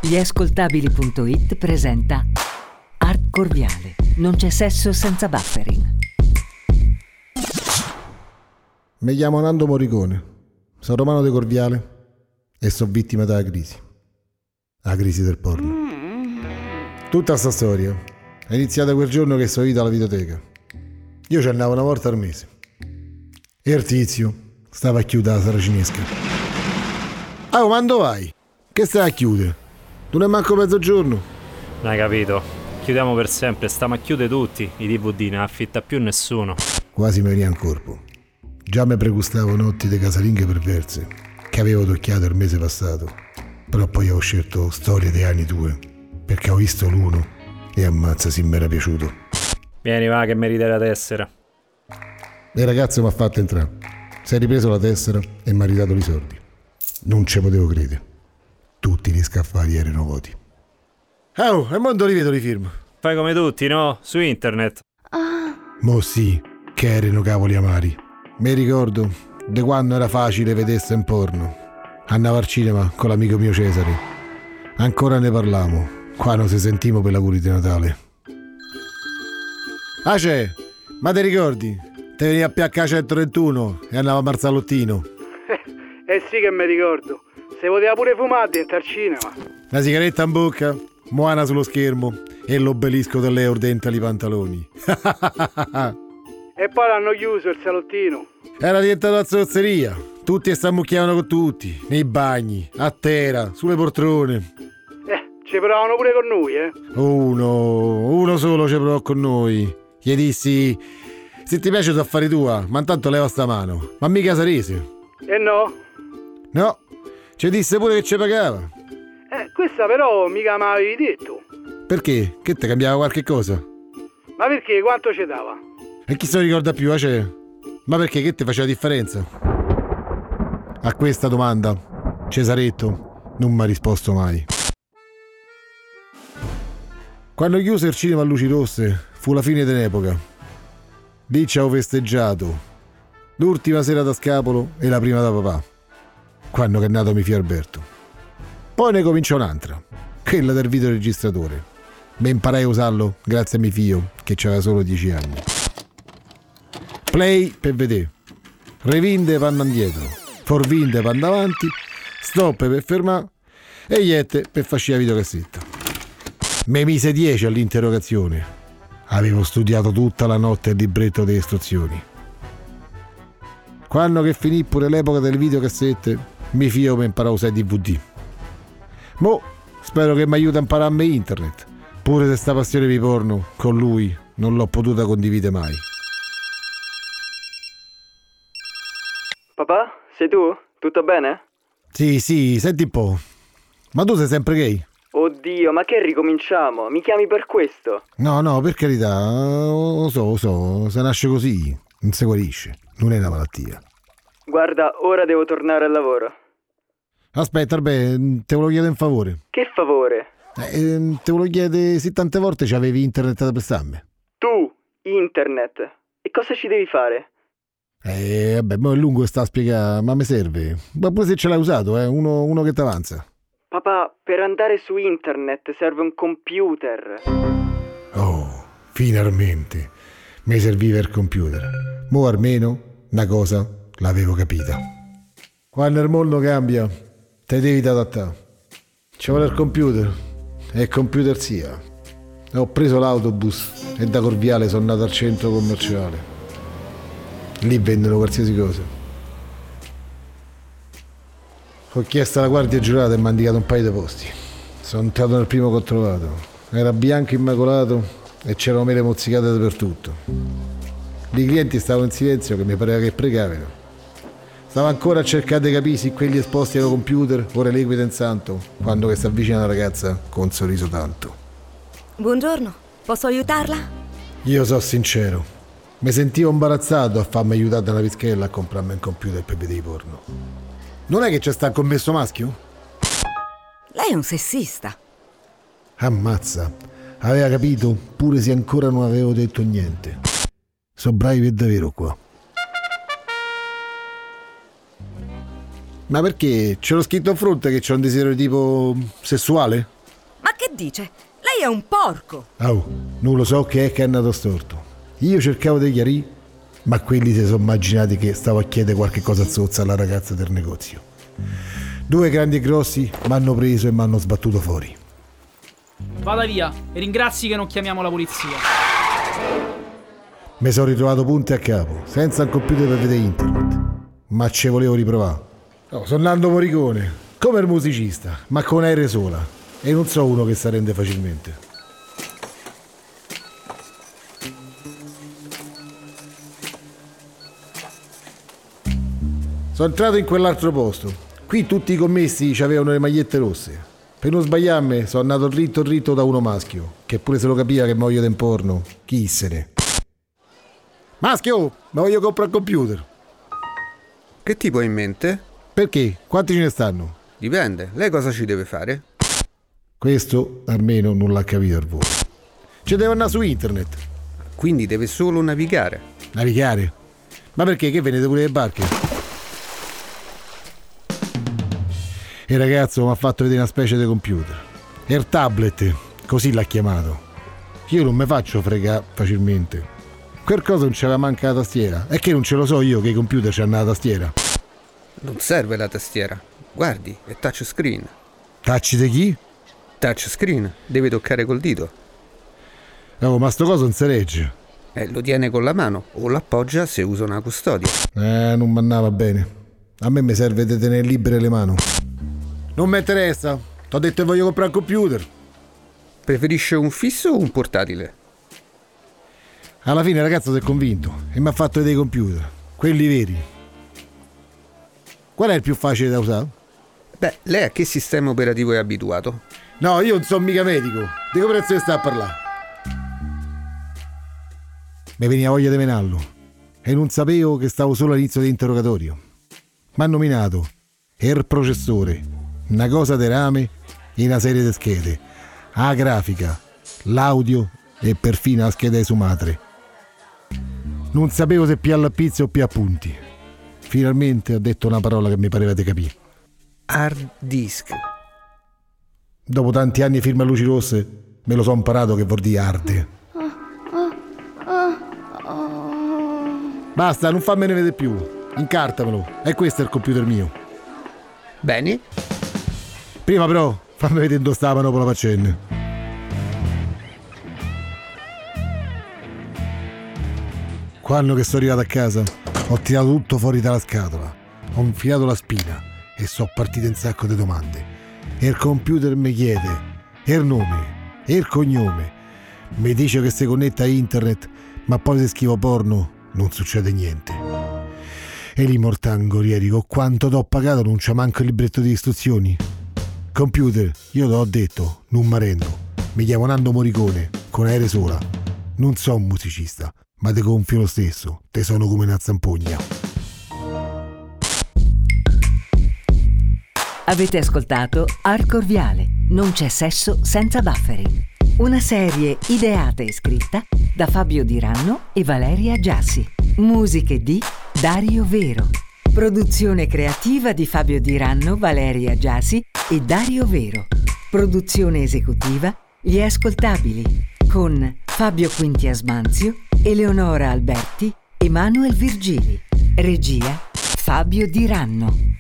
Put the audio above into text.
Gli ascoltabili.it presenta Art Corviale. Non c'è sesso senza buffering. Mi chiamo Nando Morricone, sono romano di Corviale e sono vittima della crisi. La crisi del porno. Tutta sta storia è iniziata quel giorno che sono ido alla videoteca. Io ci andavo una volta al mese e il tizio stava a chiudere la saracinesca. Ah, ma dove vai? Che stai a chiudere? Non è manco mezzogiorno. Non hai capito? Chiudiamo per sempre, stiamo a chiudere tutti. I DVD ne affitta più nessuno. Quasi mi veniva in corpo. Già mi pregustavo notti di casalinghe perverse che avevo tocchiato il mese passato. Però poi ho scelto Storie dei anni 2 perché ho visto l'uno e ammazza se mi era piaciuto. Vieni va che merita la tessera. Il ragazzo mi ha fatto entrare. Si è ripreso la tessera e mi ha ridato i soldi. Non ci potevo credere. Tutti gli scaffali erano vuoti. Oh, e mondo li vedo i film. Fai come tutti, no? Su internet. Mo sì, che erano cavoli amari. Mi ricordo di quando era facile vedesse in porno. Andavo al cinema con l'amico mio Cesare. Ancora ne parlavamo quando si sentimmo per l'auguri di Natale. Ah c'è, ma ti ricordi? Te veniva a Piacca 131 e andava a Marzalottino. Sì che mi ricordo. Se poteva pure fumare dentro al cinema. La sigaretta in bocca, Moana sullo schermo e l'obelisco delle ordentali pantaloni. E poi l'hanno chiuso il salottino. Era diventata una zozzeria. Tutti stammucchiavano con tutti, nei bagni, a terra, sulle poltrone. Ci provavano pure con noi, Uno solo ci provò con noi. Gli dissi: se ti piace sono affari tua, ma intanto leva sta mano. Ma mica sarese. E no? No, ci disse pure che ci pagava. Questa però mica me l'avevi detto. Perché? Che te cambiava qualche cosa? Ma perché? Quanto ci dava? E chi se lo ricorda più, c'è? Ma perché? Che te faceva differenza? A questa domanda Cesaretto non mi ha risposto mai. Quando chiuse il cinema a luci rosse fu la fine dell'epoca. Lì ci avevo festeggiato l'ultima sera da scapolo e la prima da papà, quando che è nato mio figlio Alberto. Poi ne cominciò un'altra, quella del videoregistratore. Mi imparai a usarlo grazie a mio figlio che aveva solo 10 anni. Play per vedere, revinde vanno indietro, forvinde vanno avanti, stop per fermare e iette per fascia videocassetta. Mi mise 10 all'interrogazione. Avevo studiato tutta la notte il libretto delle istruzioni. Quando che finì pure l'epoca delle videocassette, mio figlio mi imparò a usare DVD. Mo spero che mi aiuti a impararmi internet. Pure se sta passione di porno con lui non l'ho potuta condividere mai. Papà, sei tu? Tutto bene? Sì, senti un po'. Ma tu sei sempre gay? Oddio, ma che ricominciamo? Mi chiami per questo? No, per carità, lo so, se nasce così, non si guarisce, non è una malattia. Guarda, ora devo tornare al lavoro. Aspetta, te volevo chiedere un favore. Che favore? Te volevo chiedere se tante volte c'avevi internet da prestarmi. Tu, internet? E cosa ci devi fare? Vabbè, ma è lungo sta a spiegare, ma mi serve. Ma pure se ce l'hai usato, uno che ti avanza. Papà, per andare su internet serve un computer. Oh, finalmente mi serviva il computer. Mo almeno una cosa l'avevo capita. Quando il mondo cambia, te devi adattare. Ci vuole il computer e il computer sia. Ho preso l'autobus e da Corviale sono andato al centro commerciale. Lì vendono qualsiasi cosa. Ho chiesto alla guardia giurata e mi ha indicato un paio di posti. Sono entrato nel primo che ho trovato. Era bianco immacolato e c'erano mele mozzicate dappertutto. I clienti stavano in silenzio che mi pareva che pregavano. Stavo ancora a cercare di capire se quelli esposti al computer ora liquido in santo quando che si avvicina una ragazza con un sorriso tanto. Buongiorno, posso aiutarla? Io so sincero, mi sentivo imbarazzato a farmi aiutare da una pischella a comprarmi un computer per vedere porno. Non è che c'è sta un commesso maschio? Lei è un sessista. Ammazza, aveva capito pure se ancora non avevo detto niente. So bravi per davvero qua. Ma perché? Ce l'ho scritto a fronte che c'ho un desiderio tipo sessuale? Ma che dice? Lei è un porco. Oh, non lo so che è andato storto. Io cercavo di chiarire, ma quelli si sono immaginati che stavo a chiedere qualche cosa zozza alla ragazza del negozio. 2 grandi e grossi m'hanno preso e m'hanno sbattuto fuori. Vada via e ringrazi che non chiamiamo la polizia. Mi sono ritrovato punte a capo, senza un computer per vedere internet. Ma ci volevo riprovare. Sono Nando Morricone, come il musicista, ma con aereo sola. E non so uno che si arrende facilmente. Sono entrato in quell'altro posto. Qui tutti i commessi avevano le magliette rosse. Per non sbagliarmi sono andato dritto da uno maschio, che pure se lo capiva che voglio del porno. Chi se ne? Maschio, ma voglio comprare il computer. Che tipo hai in mente? Perché? Quanti ce ne stanno? Dipende, lei cosa ci deve fare? Questo almeno non l'ha capito il volo. Ci devo andare su internet. Quindi deve solo navigare. Navigare? Ma perché? Che venite pure le barche? Il ragazzo mi ha fatto vedere una specie di computer. Il tablet, così l'ha chiamato. Io non mi faccio fregare facilmente. Quel coso non c'aveva manca la tastiera. È che non ce lo so io che i computer c'hanno la tastiera. Non serve la tastiera. Guardi, è touchscreen. Touch di chi? Touchscreen, deve toccare col dito. Oh, ma sto coso non si regge. Lo tiene con la mano o l'appoggia se usa una custodia. Non mi andava bene. A me mi serve di tenere libere le mani. Non mi interessa. T'ho detto che voglio comprare un computer. Preferisce un fisso o un portatile? Alla fine il ragazzo si è convinto e mi ha fatto vedere i computer. Quelli veri. Qual è il più facile da usare? Beh, lei a che sistema operativo è abituato? No, io non sono mica medico. Di che prezzo sta a parlare? Mi veniva voglia di menarlo e non sapevo che stavo solo all'inizio dell'interrogatorio. Mi ha nominato il processore, una cosa di rame e una serie di schede, la grafica, l'audio e perfino la scheda di sumatre. Non sapevo se più alla pizza o più a punti. Finalmente ha detto una parola che mi pareva di capire. Hard disk. Dopo tanti anni di film a luci rosse me lo so imparato che vuol dire hard. Basta, non fammene vedere più. Incartamelo. E questo è il computer mio. Bene. Prima però fammi vedere dove sta la manopola paccenne. Quando che sono arrivato a casa ho tirato tutto fuori dalla scatola, ho infilato la spina e sono partite un sacco di domande. E il computer mi chiede il nome e il cognome, mi dice che si connette a internet, ma poi se scrivo porno non succede niente. E lì mortangolieri, con quanto t'ho pagato non c'è manco il libretto di istruzioni. Computer, io t'ho detto, non m'arrendo. Mi chiamo Nando Morricone, con aereo sola. Non so un musicista, ma te gonfio lo stesso, te sono come una zampogna. Avete ascoltato Hardcore Viale, non c'è sesso senza buffering. Una serie ideata e scritta da Fabio Di Ranno e Valeria Giassi. Musiche di Dario Vero. Produzione creativa di Fabio Di Ranno, Valeria Giassi e Dario Vero. Produzione esecutiva Gli Ascoltabili con Fabio Quintiasmanzio, Eleonora Alberti e Manuel Virgili. Regia Fabio Di Ranno.